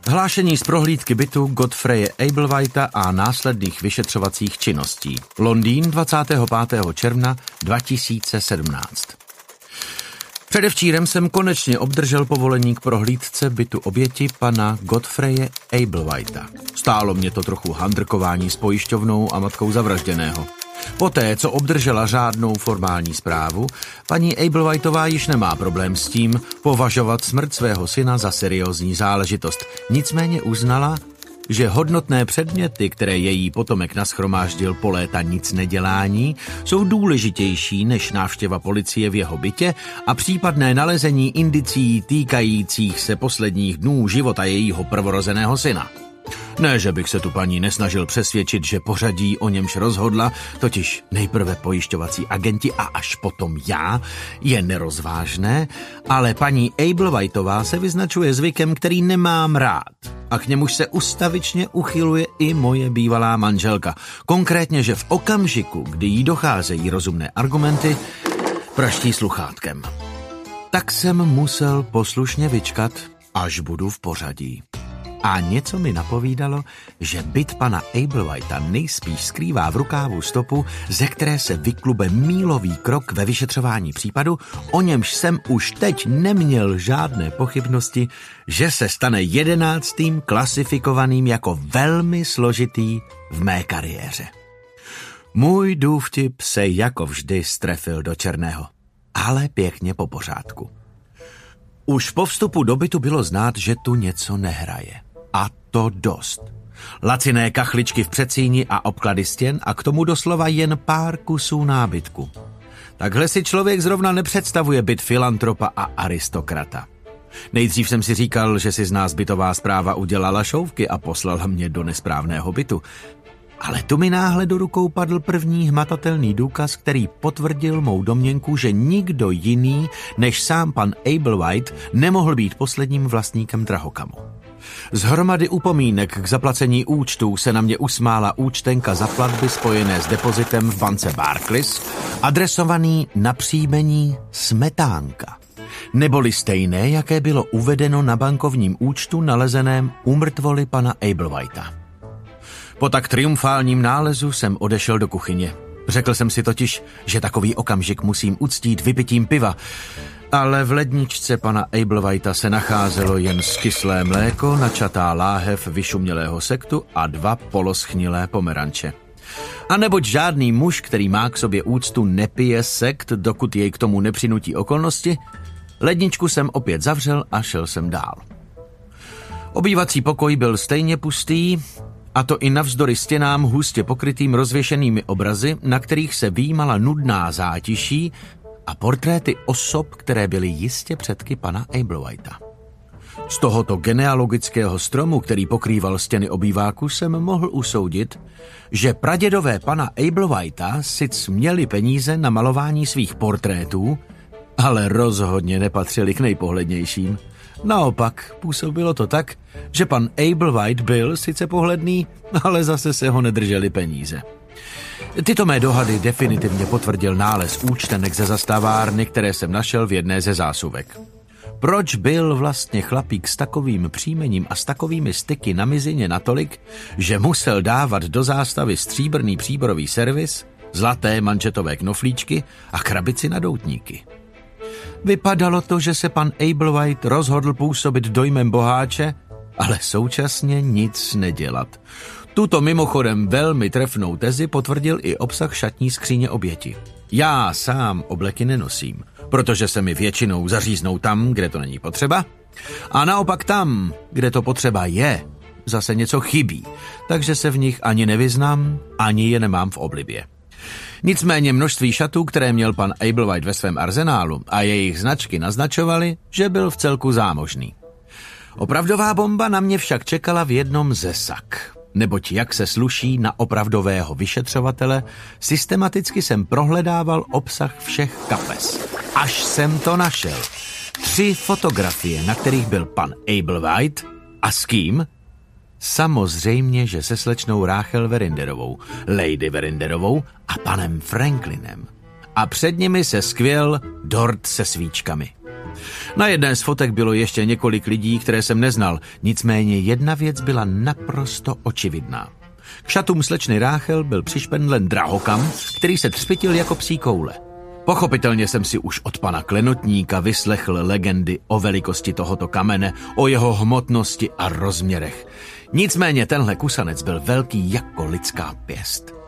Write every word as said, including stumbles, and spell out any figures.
Hlášení z prohlídky bytu Godfreye Ablewhita a následných vyšetřovacích činností. Londýn, dvacátého pátého června dva tisíce sedmnáct. Předevčírem jsem konečně obdržel povolení k prohlídce bytu oběti pana Godfreye Ablewhita. Stálo mě to trochu handrkování s pojišťovnou a matkou zavražděného. Poté, co obdržela řádnou formální zprávu, paní Ablewhitová již nemá problém s tím považovat smrt svého syna za seriózní záležitost. Nicméně uznala, že hodnotné předměty, které její potomek nashromáždil po léta nic nedělání, jsou důležitější než návštěva policie v jeho bytě a případné nalezení indicií týkajících se posledních dnů života jejího prvorozeného syna. Ne, že bych se tu paní nesnažil přesvědčit, že pořadí, o němž rozhodla, totiž nejprve pojišťovací agenti a až potom já, je nerozvážné, ale paní Ablewhitová se vyznačuje zvykem, který nemám rád. A k němuž se ustavičně uchyluje i moje bývalá manželka. Konkrétně, že v okamžiku, kdy jí docházejí rozumné argumenty, praští sluchátkem. Tak jsem musel poslušně vyčkat, až budu v pořadí. A něco mi napovídalo, že byt pana Ablewhita nejspíš skrývá v rukávu stopu, ze které se vyklube mílový krok ve vyšetřování případu, o němž jsem už teď neměl žádné pochybnosti, že se stane jedenáctým klasifikovaným jako velmi složitý v mé kariéře. Můj důvtip se jako vždy strefil do černého, ale pěkně po pořádku. Už po vstupu do bytu bylo znát, že tu něco nehraje. A to dost. Laciné kachličky v předsíni a obklady stěn a k tomu doslova jen pár kusů nábytku. Takhle si člověk zrovna nepředstavuje byt filantropa a aristokrata. Nejdřív jsem si říkal, že si z nás bytová správa udělala šouvky a poslala mě do nesprávného bytu. Ale tu mi náhle do rukou padl první hmatatelný důkaz, který potvrdil mou domněnku, že nikdo jiný než sám pan Ablewhite nemohl být posledním vlastníkem drahokamu. Z hromady upomínek k zaplacení účtů se na mě usmála účtenka za platby spojené s depozitem v bance Barclays, adresovaný na příjmení Smetánka, neboli stejné, jaké bylo uvedeno na bankovním účtu nalezeném u mrtvoly pana Ablewhita. Po tak triumfálním nálezu jsem odešel do kuchyně. Řekl jsem si totiž, že takový okamžik musím uctít vypitím piva, ale v ledničce pana Ablewhita se nacházelo jen skyslé mléko, načatá láhev vyšumělého sektu a dva poloschnilé pomeranče. A neboť žádný muž, který má k sobě úctu, nepije sekt, dokud jej k tomu nepřinutí okolnosti, ledničku jsem opět zavřel a šel jsem dál. Obývací pokoj byl stejně pustý, a to i navzdory stěnám hustě pokrytým rozvěšenými obrazy, na kterých se výjímala nudná zátiší a portréty osob, které byly jistě předky pana Ablewhita. Z tohoto genealogického stromu, který pokrýval stěny obýváku, jsem mohl usoudit, že pradědové pana Ablewhita sic měli peníze na malování svých portrétů, ale rozhodně nepatřili k nejpohlednějším. Naopak, působilo to tak, že pan Ablewhite byl sice pohledný, ale zase se ho nedrželi peníze. Tyto mé dohady definitivně potvrdil nález účtenek ze zastávárny, které jsem našel v jedné ze zásuvek. Proč byl vlastně chlapík s takovým příjmením a s takovými styky na mizině natolik, že musel dávat do zástavy stříbrný příborový servis, zlaté manžetové knoflíčky a krabici na doutníky? Vypadalo to, že se pan Ablewhite rozhodl působit dojmem boháče, ale současně nic nedělat. Tuto mimochodem velmi trefnou tezi potvrdil i obsah šatní skříně oběti. Já sám obleky nenosím, protože se mi většinou zaříznou tam, kde to není potřeba, a naopak tam, kde to potřeba je, zase něco chybí, takže se v nich ani nevyznám, ani je nemám v oblibě. Nicméně množství šatů, které měl pan Ablewhite ve svém arzenálu a jejich značky naznačovaly, že byl v celku zámožný. Opravdová bomba na mě však čekala v jednom ze sak. Neboť jak se sluší na opravdového vyšetřovatele, systematicky jsem prohledával obsah všech kapes. Až jsem to našel. Tři fotografie, na kterých byl pan Ablewhite. A s kým? Samozřejmě, že se slečnou Rachel Verinderovou, Lady Verinderovou a panem Franklinem. A před nimi se skvěl dort se svíčkami. Na jedné z fotek bylo ještě několik lidí, které jsem neznal, nicméně jedna věc byla naprosto očividná. K šatům slečny Ráchel byl přišpendlen drahokam, který se třpitil jako psí koule. Pochopitelně jsem si už od pana klenotníka vyslechl legendy o velikosti tohoto kamene, o jeho hmotnosti a rozměrech. Nicméně tenhle kusanec byl velký jako lidská pěst.